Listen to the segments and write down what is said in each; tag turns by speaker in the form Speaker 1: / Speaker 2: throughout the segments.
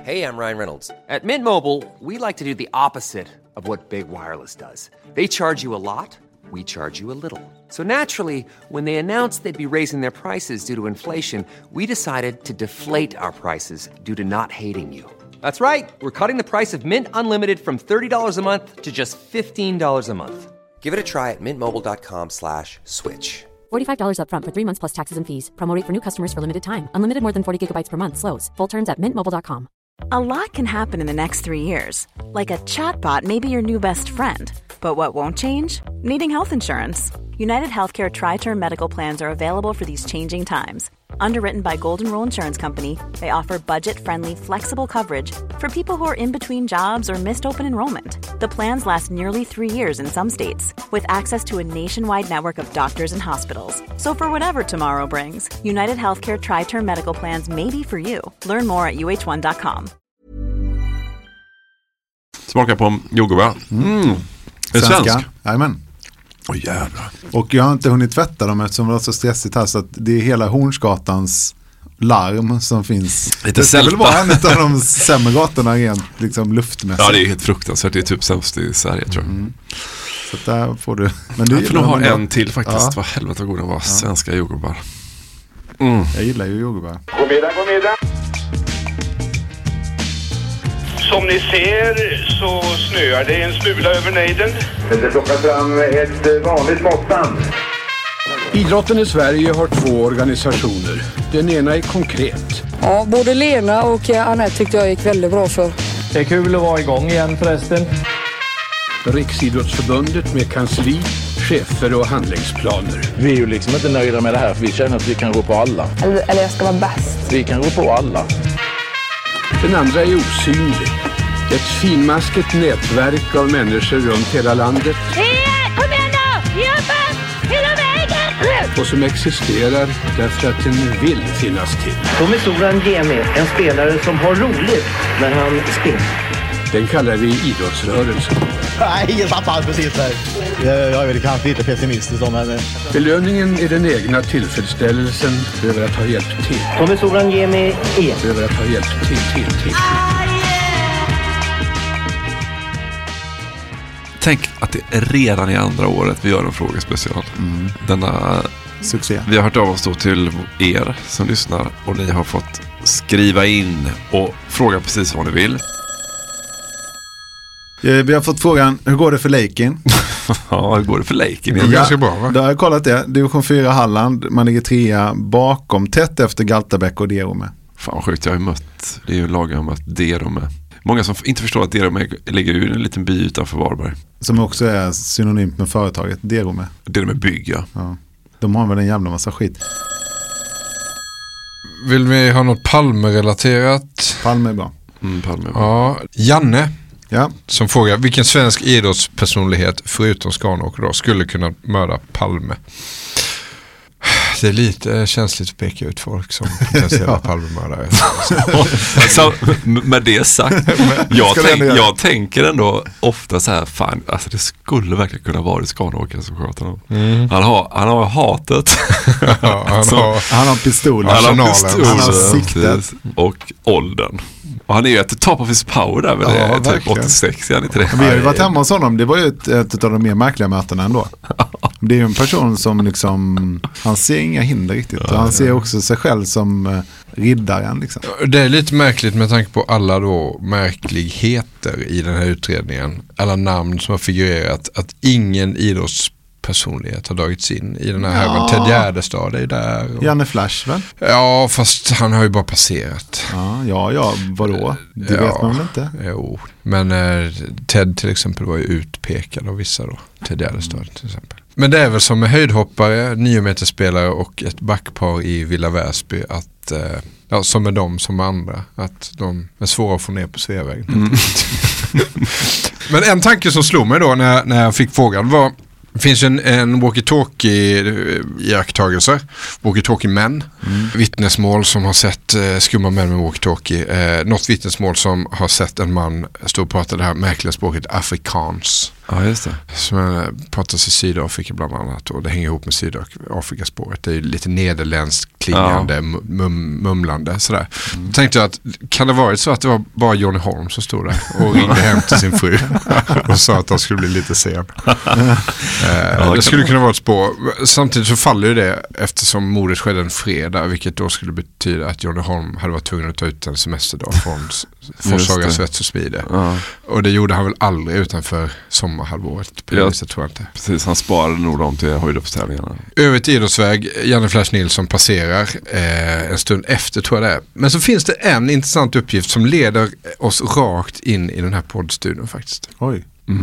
Speaker 1: Hey, I'm Ryan Reynolds. At Mint Mobile, we like to do the opposite of what Big Wireless does. They charge you a lot, we charge you a little. So naturally, when they announced they'd be raising their prices due to inflation, we decided to deflate our prices due to not hating you. That's right. We're cutting the price of Mint Unlimited from $30 a month to just $15 a month. Give it a try at mintmobile.com/switch.
Speaker 2: $45 up front for 3 months plus taxes and fees. Promo rate for new customers for limited time. Unlimited more than 40 gigabytes per month slows. Full terms at mintmobile.com.
Speaker 3: A lot can happen in the next 3 years. Like a chatbot may be your new best friend. But what won't change? Needing health insurance. United Healthcare Tri-Term Medical Plans are available for these changing times. Underwritten by Golden Rule Insurance Company, they offer budget-friendly, flexible coverage for people who are in between jobs or missed open enrollment. The plans last nearly 3 years in some states, with access to a nationwide network of doctors and hospitals. So for whatever tomorrow brings, United Healthcare Tri-Term Medical Plans may be for you. Learn more at uh1.com.
Speaker 4: Smaka på jordgubbar. Är det svensk?
Speaker 5: Jajamän.
Speaker 4: Åh jävlar.
Speaker 5: Och jag har inte hunnit tvätta dem eftersom det var så stressigt här, så att det är hela Hornsgatans larm som finns.
Speaker 4: Lite
Speaker 5: det väl vara en av de sämre gatorna rent liksom luftmässigt.
Speaker 4: Ja, det är helt fruktansvärt. Det är typ sämst i Sverige, tror jag.
Speaker 5: Så där får du. Men du
Speaker 4: får nog ha en till faktiskt. Ja. Vad helvete vad god den var. Svenska jordgubbar.
Speaker 5: Jag gillar ju jordgubbar.
Speaker 6: God middag. Som ni ser så snöar det en smula över nejden. Det plockas fram ett vanligt måttband.
Speaker 7: Idrotten i Sverige har 2 organisationer. Den ena är Konkret.
Speaker 8: Ja, både Lena och Anette tyckte jag gick väldigt bra för.
Speaker 9: Det är kul att vara igång igen förresten.
Speaker 7: Riksidrottsförbundet med kansli, chefer och handlingsplaner.
Speaker 9: Vi är ju liksom inte nöjda med det här, för vi känner att vi kan gå på alla.
Speaker 8: Eller jag ska vara bäst.
Speaker 9: Vi kan gå på alla.
Speaker 7: Den andra är Osynlig. Ett finmaskigt nätverk av människor runt hela landet.
Speaker 10: Kom igen då! Jobba! Hela vägen!
Speaker 7: Och som existerar därför att den vill finnas till.
Speaker 11: Tommy Soran ger mig en spelare som har roligt när han spelar.
Speaker 7: Den kallar vi idrottsrörelsen.
Speaker 12: Nej, ingen tappar precis där. Jag är väl kanske lite pessimistisk om henne.
Speaker 7: Belöningen är den egna tillfredsställelsen över att ha hjälpt till.
Speaker 11: Tommy Soran ger mig
Speaker 7: över att ha hjälpt till.
Speaker 4: Tänk att det är redan i andra året vi gör en frågespecial. Denna
Speaker 5: succé.
Speaker 4: Vi har hört av oss då till er som lyssnar och ni har fått skriva in och fråga precis vad ni vill.
Speaker 5: Vi har fått frågan, hur går det för Leikin?
Speaker 4: Ja, hur går det för Leikin?
Speaker 5: Det är ganska bra, va? Då har jag kollat det. Division 4 Halland, man ligger 3 bakom, tätt efter Galtabäck och Derome.
Speaker 4: Fan vad sjukt, jag har mött, det är ju lag jag har mött, Derome. Många som inte förstår att Derome ligger i en liten by utanför Varberg.
Speaker 5: Som också är synonymt med företaget Derome.
Speaker 4: Derome Bygg, ja.
Speaker 5: De har väl en jävla massa skit.
Speaker 13: Vill vi ha något Palme-relaterat?
Speaker 5: Palme är bra.
Speaker 4: Palme är bra.
Speaker 13: Ja, Janne.
Speaker 5: Ja.
Speaker 13: Som frågar, vilken svensk idrottspersonlighet förutom Skanåker då skulle kunna mörda Palme? Det är lite känsligt att peka ut folk som potentiella Palmemördare.
Speaker 4: Så, med det sagt, jag tänker ändå ofta så här, fan, alltså det skulle verkligen kunna vara Skanåker som sköter honom. Han har hatet.
Speaker 5: Han har pistolen.
Speaker 4: Han har siktet. Och åldern. Och han är ju ett top of his power där med det, typ 86. Vi
Speaker 5: har ju varit hemma hos honom. Det var ju ett av de mer märkliga mötena ändå. Det är ju en person som liksom, han ser inga hinder riktigt. Och han ser också sig själv som riddaren liksom.
Speaker 13: Det är lite märkligt med tanke på alla då märkligheter i den här utredningen. Alla namn som har figurerat. Att ingen idrottspersonlighet har dragits in i den här härvan. Ted Gärdestad är där.
Speaker 5: Janne Flash, väl?
Speaker 13: Ja, fast han har ju bara passerat.
Speaker 5: Ja, vadå? Det vet man väl inte?
Speaker 13: Jo, men Ted till exempel var ju utpekad av vissa då. Ted Gärdestad till exempel. Men det är väl som med höjdhoppare, 9-meterspelare och ett backpar i Villa Väsby att som är de som är andra, att de är svåra att få ner på Sveavägen. Men en tanke som slog mig då när jag fick frågan var, det finns en walkie-talkie-iakttagelse, walkie-talkie-män, vittnesmål som har sett skumma män med walkie-talkie, något vittnesmål som har sett en man stå och prata det här märkliga språket afrikans.
Speaker 4: Ja, just det.
Speaker 13: Som pratas i Sydafrika bland annat, och det hänger ihop med Sydafrikaspåret. Det är ju lite nederländskt klingande, mumlande sådär. Tänkte jag att kan det varit så att det var bara Johnny Holm som stod där och ringde hem till sin fru och sa att han skulle bli lite sen. Det skulle kunna vara ett spår. Samtidigt så faller ju det eftersom mordet skedde en fredag, vilket då skulle betyda att Johnny Holm hade varit tvungen att ta ut en semesterdag från Forshaga Svets och Smide. Och det gjorde han väl aldrig utanför sommarhalvåret. Tror jag inte.
Speaker 4: Precis, han sparade nog dem till höjdhoppstävlingarna.
Speaker 13: Över till idrottsväg, Janne Flash Nilsson passerar en stund efter, tror jag det är. Men så finns det en intressant uppgift som leder oss rakt in i den här poddstudion faktiskt.
Speaker 5: Oj.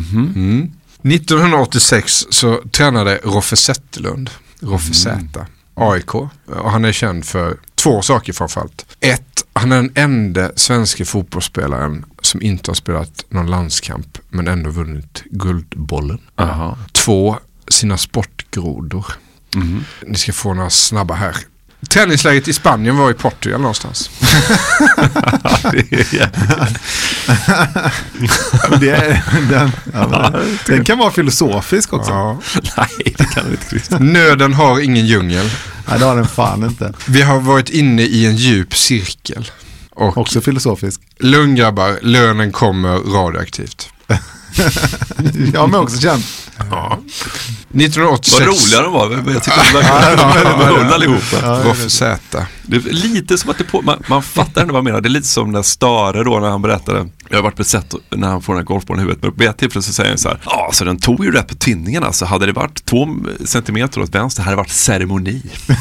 Speaker 13: 1986 så tränade Roffe Zetterlund, Roffe Z, AIK, och han är känd för 2 saker framförallt. 1, han är den enda svenska fotbollsspelaren som inte har spelat någon landskamp men ändå vunnit Guldbollen. 2, sina sportgrodor. Ni ska få några snabba här. Träningsläget i Spanien var i Portugal någonstans.
Speaker 5: Den kan vara filosofisk också.
Speaker 4: Ja. Nej, det kan det inte.
Speaker 13: Nöden har ingen djungel.
Speaker 5: Nej, det har den fan inte.
Speaker 13: Vi har varit inne i en djup cirkel. Och
Speaker 5: också filosofisk.
Speaker 13: Lunggrabbar, lönen kommer radioaktivt.
Speaker 5: Ja, men också känt.
Speaker 13: Ja. 1986.
Speaker 4: Vad roliga de var. Jag tycker de var allihopa.
Speaker 13: Roffe Z.
Speaker 4: Det är lite som att man fattar ändå vad jag menar. Det är lite som när Stare då, när han berättade. Jag har varit besatt när han får den här golfbollen i huvudet. Men vid ett tillfälle så säger han så här: så den tog ju rätt på tinningarna. Så hade det varit 2 centimeter åt vänster hade det varit ceremoni.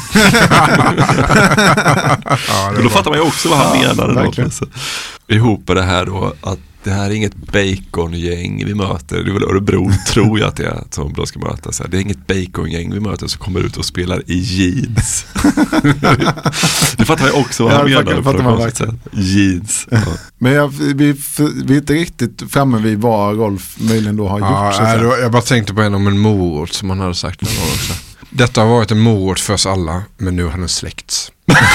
Speaker 4: Och då fattar man ju också vad han menade. Ihop med det här då, att det här är inget bacongäng vi möter. Det är väl Örebro, tror jag att det är, som de ska möta. Så här. Det är inget bacongäng vi möter som kommer ut och spelar i jeans. Det fattar jag också vad han menar på något sätt. Jeans. Ja.
Speaker 5: Men vi är inte riktigt framme vid vad Rolf möjligen då har gjort.
Speaker 13: Jag bara tänkte på en morot som han hade sagt någon gång också. Detta har varit en morot för oss alla, men nu har den släckts.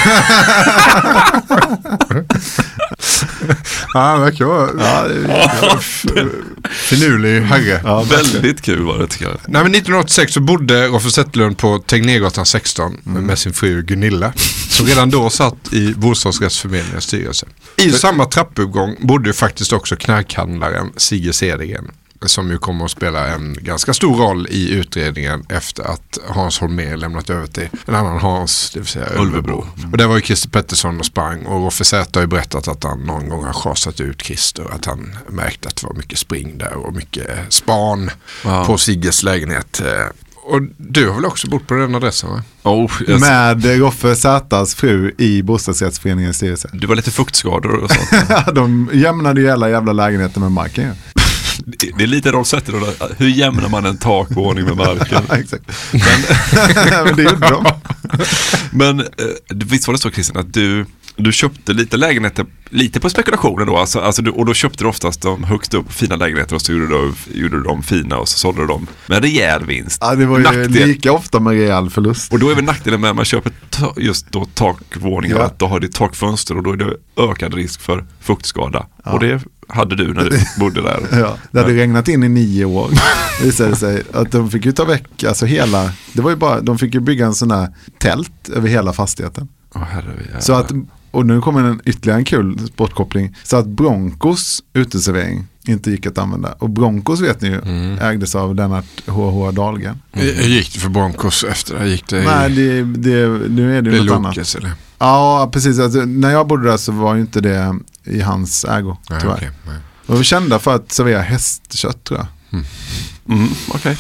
Speaker 13: Verkar vara finurlig herre.
Speaker 4: Ja, väldigt kul var det, tycker jag.
Speaker 13: Nej, men 1986 så bodde Roffe Zetterlund på Tegnérgatan 16 med sin fru Gunilla, som redan då satt i bostadsrättsförmedlingens styrelse. I samma trappuppgång bodde ju faktiskt också knarkhandlaren Sigge Cedergren, som ju kommer att spela en ganska stor roll i utredningen efter att Hans Holmér lämnat över till en annan Hans, det vill säga Ulvebro. Och där var ju Christer Pettersson och sprang, och Roffe Z har ju berättat att han någon gång har chasat ut Christer, att han märkte att det var mycket spring där och mycket span på Sigges lägenhet. Och du har väl också bott på den adressen, va?
Speaker 5: Med Roffe Zätas fru i bostadsrättsföreningens styrelse.
Speaker 4: Du var lite fuktskador och sånt.
Speaker 5: De jämnade ju alla jävla lägenheter med marken. Ja.
Speaker 4: Det är lite rollsätter då. Hur jämnar man en takvåning med marken?
Speaker 5: Ja, exakt. Men det gjorde de.
Speaker 4: Men visst var det så, Christian, att du köpte lite lägenheter lite på spekulationen då, och då köpte du oftast de högst upp fina lägenheter och så gjorde du dem fina och så sålde du dem med rejäl vinst.
Speaker 5: Ja, det var ju lika ofta med rejäl förlust.
Speaker 4: Och då är väl nackdelen med att man köper just då takvåningar, att då har det takfönster och då är det ökad risk för fuktskada. Ja. Och det hade du när du bodde där.
Speaker 5: Ja, det hade regnat in i 9 år. Det visade sig att de fick ju ta väck, alltså hela, det var ju bara, de fick ju bygga en sån här tält över hela fastigheten. Så att, och nu kommer ytterligare en kul sportkoppling, så att Broncos uteservering inte gick att använda. Och Broncos, vet ni ju, ägdes av Lennart H.H. Dahlgren.
Speaker 13: Hur gick det för Broncos efter det? Gick det
Speaker 5: Nej, nu är det något
Speaker 13: Lokes,
Speaker 5: annat. Eller? Ja, precis. Alltså, när jag bodde där så var ju inte det i hans ägo, tyvärr. Okay. De var kända för att servera hästkött, tror jag.
Speaker 4: Okej.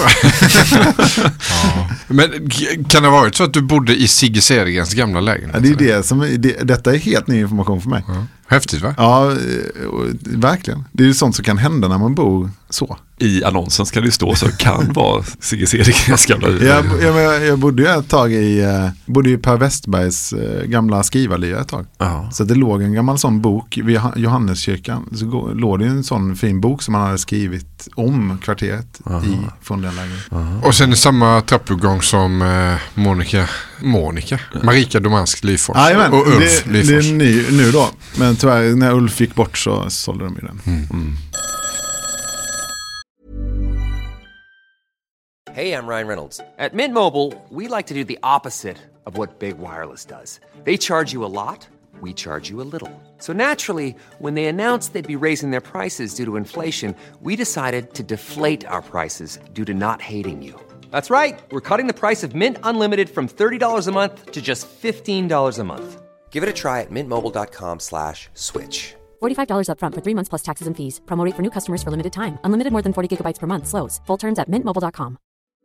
Speaker 13: Ja. Men kan det ha varit så att du bodde i Sigge Cedergrens gamla lägenhet?
Speaker 5: Ja, det är det som, detta är helt ny information för mig.
Speaker 13: Ja. Häftigt, va?
Speaker 5: Ja, verkligen. Det är ju sånt som kan hända när man bor så.
Speaker 4: I annonsen ska det stå så kan vara Sigge Cedergrens gamla.
Speaker 5: Jag bodde ju ett tag i Per Westbergs gamla skrivarlya ett tag. Så det låg en gammal sån bok vid Johanneskyrkan. Så låg det en sån fin bok som han hade skrivit om kvarteret från den lägenheten.
Speaker 13: Och sen i samma trappuppgång som Marika Domansk Lyfors och Ulf Lyfors.
Speaker 5: Det är nu då. Men tyvärr, när Ulf gick bort så sålde de ju den.
Speaker 1: Hey, I'm Ryan Reynolds. At Mint Mobile, we like to do the opposite of what Big Wireless does. They charge you a lot, we charge you a little. So naturally, when they announced they'd be raising their prices due to inflation, we decided to deflate our prices due to not hating you. That's right. We're cutting the price of Mint Unlimited from $30 a month to just $15 a month. Give it a try at mintmobile.com/switch.
Speaker 2: $45 up front for 3 months plus taxes and fees. Promo rate for new customers for limited time. Unlimited more than 40 gigabytes per month. Slows full terms at mintmobile.com.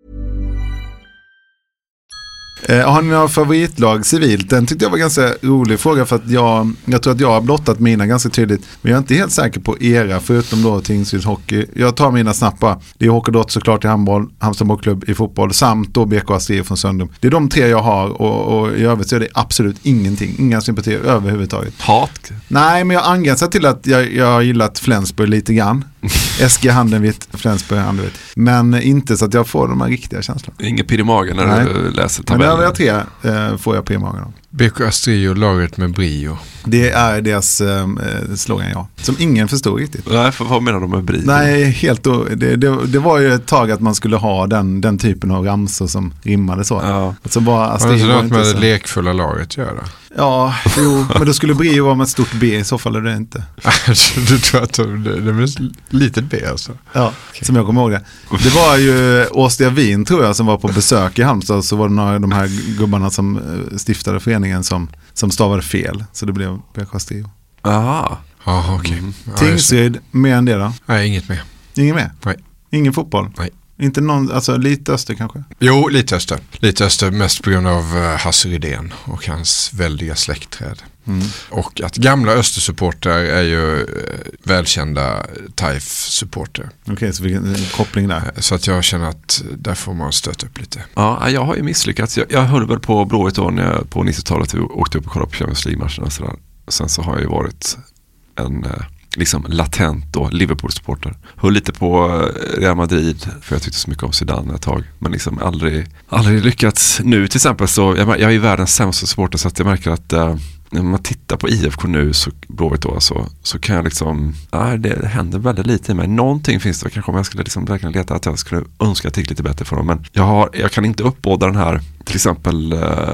Speaker 5: Har ni några favoritlag civilt? Den tyckte jag var en ganska rolig fråga för att jag tror att jag har blottat mina ganska tydligt. Men jag är inte helt säker på era förutom då Tingsryds hockey. Jag tar mina snabba. Det är Hockeydots såklart i handboll, Halmstad bollklubb i fotboll samt då BK Astrid från Söndrum. Det är de 3 jag har och i övrigt så är det absolut ingenting. Inga sympatier överhuvudtaget.
Speaker 4: Hat?
Speaker 5: Nej, men jag angränsar till att jag har gillat Flensburg lite grann. SG Handenvitt, Flensburg Handenvitt. Men inte så att jag får de här riktiga känslorna.
Speaker 4: Ingen pirr i magen när du läser tabellen.
Speaker 5: Men jag 3 får jag pirr i magen om.
Speaker 13: BK Astrid och laget med brio.
Speaker 5: Det är deras slogan, ja. Som ingen förstod riktigt.
Speaker 4: Nej, vad menar de med brio?
Speaker 5: Nej, helt det var ju ett tag att man skulle ha den typen av ramsor som rimmade så.
Speaker 4: Ja.
Speaker 5: Så bara Astrid
Speaker 13: var inte med det lekfulla laget göra.
Speaker 5: Ja, jo, men då skulle brio vara med ett stort B i så fall är det inte.
Speaker 13: Du tror att det är ett litet B alltså?
Speaker 5: Ja, okay. Som jag kommer ihåg det. Det var ju Åstia Wien tror jag som var på besök i Halmstad, så var det några av de här gubbarna som stiftade föreningen som stavade fel, så det blev BK Astrid.
Speaker 13: Aha. Ja, okej.
Speaker 5: Tingsryd, mer än det då?
Speaker 13: Nej, inget mer.
Speaker 5: Ingen mer?
Speaker 13: Nej.
Speaker 5: Ingen fotboll?
Speaker 13: Nej.
Speaker 5: Inte någon, alltså lite öster kanske?
Speaker 13: Jo, lite öster. Lite öster mest på grund av Hasse Rydén och hans väldiga släktträd. Mm. Och att gamla östersupporter är ju välkända TAIF-supporter.
Speaker 5: Okej, så vilken koppling där?
Speaker 13: Så att jag känner att där får man stöta upp lite.
Speaker 4: Ja, jag har ju misslyckats. Jag höll väl på Blåvitt då när jag på 90-talet åkte upp och kollade på Champions League-matcherna och sådär. Sen så har jag ju varit en liksom latent då Liverpool-supporter. Höll lite på Real Madrid för jag tyckte så mycket om Zidane ett tag. Men liksom aldrig lyckats. Nu till exempel så, jag är ju världens sämsta supporter så att jag märker att när man tittar på IFK nu så Blåvitt då så kan jag liksom, det händer väldigt lite i mig. Någonting finns det kanske om jag skulle liksom verkligen leta att jag skulle önska att det gick lite bättre för dem. Men jag kan inte uppbåda den här, till exempel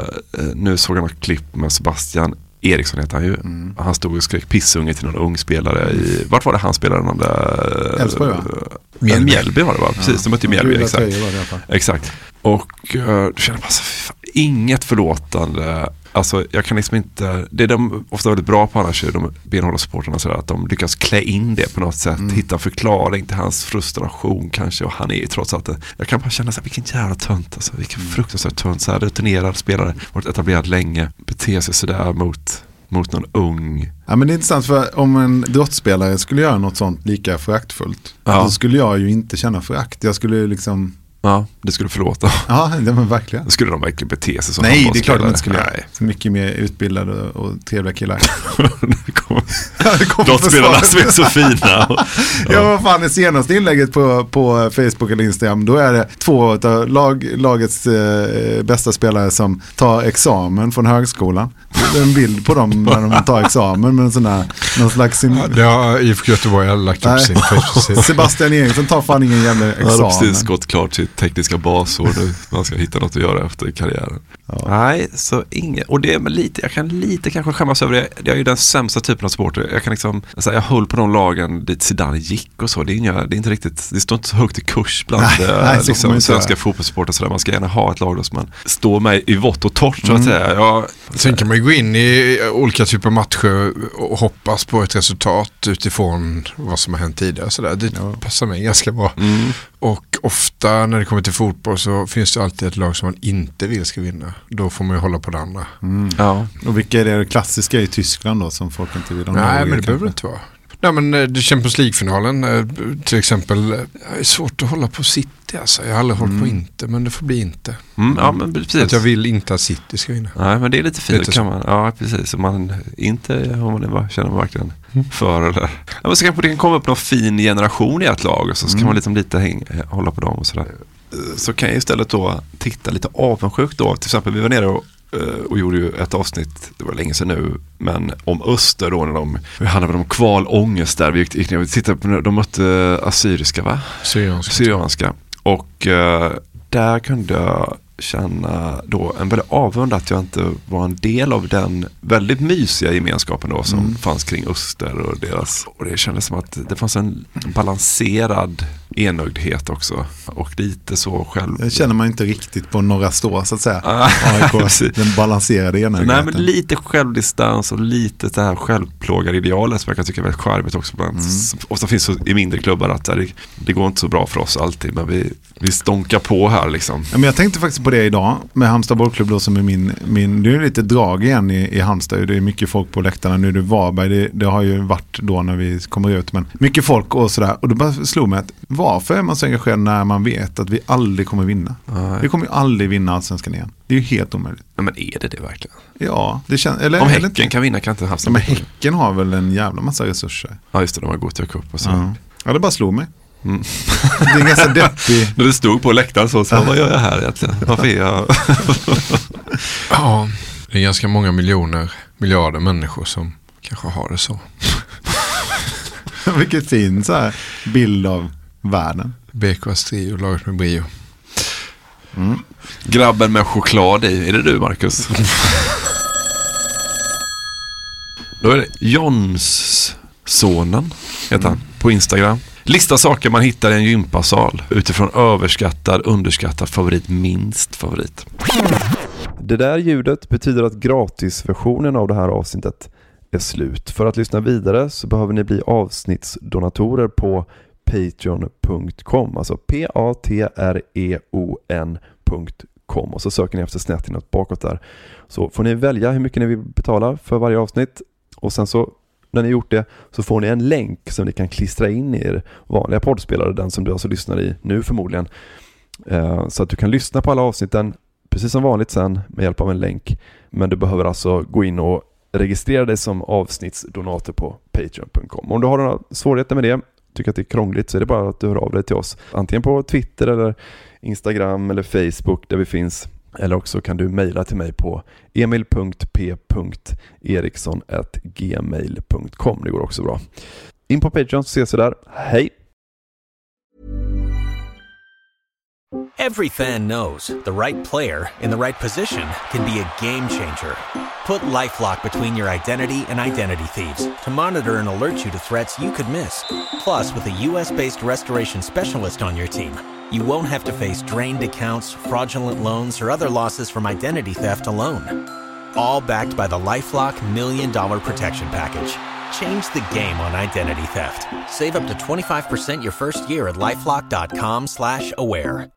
Speaker 4: nu såg jag något klipp med Sebastian Eriksson heter han ju. Han stod och skrek pissunge till någon ung spelare i, vart var det han spelade någon där?
Speaker 5: Älvsborg va?
Speaker 4: Mjällby var det va? Precis, de mötte Mjällby, exakt. Och du känner bara så, inget förlåtande. Alltså jag kan liksom inte, det är de ofta väldigt bra på annars, de benhålla supporterna sådär, att de lyckas klä in det på något sätt, hitta en förklaring till hans frustration kanske, och han är ju trots allt jag kan bara känna så här, vilken jävla tönt alltså, vilken fruktansvärt tönt, så här rutinerad spelare, varit etablerad länge, beter sig sådär mot någon ung.
Speaker 5: Ja, men det är intressant, för om en drottspelare skulle göra något sånt lika föraktfullt, så skulle jag ju inte känna förakt, jag skulle liksom.
Speaker 4: Ja, det skulle förlåta.
Speaker 5: Ja, det var verkligen.
Speaker 4: Då skulle de verkligen bete sig som.
Speaker 5: Nej, det är klart de inte skulle göra. Så mycket mer utbildade och trevliga killar.
Speaker 4: Brottspelarna som är så fina.
Speaker 5: Ja, vad fan, det senaste inlägget på Facebook eller Instagram, då är det 2 av lagets bästa spelare som tar examen från högskolan. Det är en bild på dem när de tar examen med en sån här, någon slags
Speaker 13: Ja, IFK Göteborg har lagt upp sin Facebook.
Speaker 5: Sebastian Eriksson tar fan ingen jävla examen.
Speaker 4: Han har precis gått klart till tekniska basår nu. Man ska hitta något att göra efter karriären. Ja. Nej, så inget. Och det är lite, jag kan lite kanske skämmas över det. Det är ju den sämsta typen av supporter. Jag kan liksom, alltså, jag höll på de lagen dit Zidane gick och så. Det är inte riktigt, det står inte så högt i kurs bland liksom, svenska fotbollssupporter, så där man ska gärna ha ett lag då som man står med i vått och torrt så att säga.
Speaker 13: Sen kan man ju gå in i olika typer av matcher och hoppas på ett resultat utifrån vad som har hänt tidigare. Så där. Det passar mig ganska bra. Och ofta när det kommer till fotboll så finns det alltid ett lag som man inte vill ska vinna. Då får man ju hålla på det andra.
Speaker 5: Ja. Och vilka är det klassiska i Tyskland då som folk inte vill?
Speaker 13: Nej, men det behöver inte vara. Nej, men Champions League-finalen till exempel, är svårt att hålla på City alltså. Jag har aldrig hållit på inte, men det får bli inte.
Speaker 4: Ja, men precis.
Speaker 13: Att jag vill inte att City ska vinna.
Speaker 4: Nej, men det är lite fint kan man. Ja, precis. Om man inte, om man det känner man verkligen för eller. Ja, men så kanske det kan komma upp någon fin generation i ett lag och så ska man liksom lite hålla på dem och sådär. Så kan jag istället då titta lite avundsjukt då. Till exempel vi var nere och gjorde ju ett avsnitt, det var länge sedan nu, men om Öster då, när vi hade väl om kvalångest där, vi tittade på, de mötte assyriska va?
Speaker 13: Syrianska.
Speaker 4: Och där kunde jag känna då en väldigt avund att jag inte var en del av den väldigt mysiga gemenskapen då som fanns kring Öster och deras. Och det kändes som att det fanns en balanserad enögdhet också. Och lite så själv.
Speaker 5: Det känner man inte riktigt på Norra Stå så att säga. AIK, den balanserade enögdheten.
Speaker 4: Nej, men lite självdistans och lite det här självplågade idealet som jag kan tycka är väldigt charmigt också. Ofta finns det i mindre klubbar att det går inte så bra för oss alltid, men vi stonkar på här liksom.
Speaker 5: Ja, men jag tänkte faktiskt på det idag med Halmstad bollklubb då, som är min det är lite drag igen i Halmstad. Det är mycket folk på läktarna. Nu är det Varberg, det har ju varit då när vi kommer ut, men mycket folk och sådär. Och det bara slog mig att varför är man så engagerad när man vet att vi aldrig kommer vinna? Nej. Vi kommer ju aldrig vinna Allsvenskan igen. Det är ju helt omöjligt.
Speaker 4: Ja, men är det verkligen?
Speaker 5: Ja, det känns... Eller,
Speaker 4: om Häcken kan vinna kan inte Halmstad.
Speaker 5: Men Häcken har väl en jävla massa resurser.
Speaker 4: Ja, just det. De har gått till cup och så.
Speaker 5: Ja, det bara slog mig. Det är ganska deppig.
Speaker 4: När det stod på läktaren så vad gör jag här egentligen? Varför är jag...
Speaker 13: Ja, det är ganska många miljarder människor som kanske har det så.
Speaker 5: Vilket fin så här bild av världen.
Speaker 13: BK Astrio, laget med Brio.
Speaker 4: Grabben med choklad i. Är det du, Marcus? Då är det Jonssonen heter han på Instagram. Lista saker man hittar i en gympasal utifrån överskattad, underskattad favorit, minst favorit.
Speaker 14: Det där ljudet betyder att gratisversionen av det här avsnittet är slut. För att lyssna vidare så behöver ni bli avsnittsdonatorer på patreon.com, alltså patreon.com, och så söker ni efter snett inåt bakåt där. Så får ni välja hur mycket ni vill betala för varje avsnitt, och sen så när ni gjort det så får ni en länk som ni kan klistra in i er vanliga poddspelare, den som du alltså lyssnar i nu förmodligen, så att du kan lyssna på alla avsnitten precis som vanligt sen med hjälp av en länk. Men du behöver alltså gå in och registrera dig som avsnittsdonator på patreon.com. Om du har några svårigheter med det, tycker att det är krångligt, så är det bara att du hör av dig till oss. Antingen på Twitter eller Instagram eller Facebook där vi finns. Eller också kan du mejla till mig på emil.p.eriksson@gmail.com. Det går också bra. In på Patreon så ses vi där. Hej!
Speaker 15: Every fan knows the right player in the right position can be a game changer. Put LifeLock between your identity and identity thieves to monitor and alert you to threats you could miss. Plus, with a US-based restoration specialist on your team, you won't have to face drained accounts, fraudulent loans, or other losses from identity theft alone. All backed by the LifeLock $1 Million Protection Package. Change the game on identity theft. Save up to 25% your first year at LifeLock.com/aware.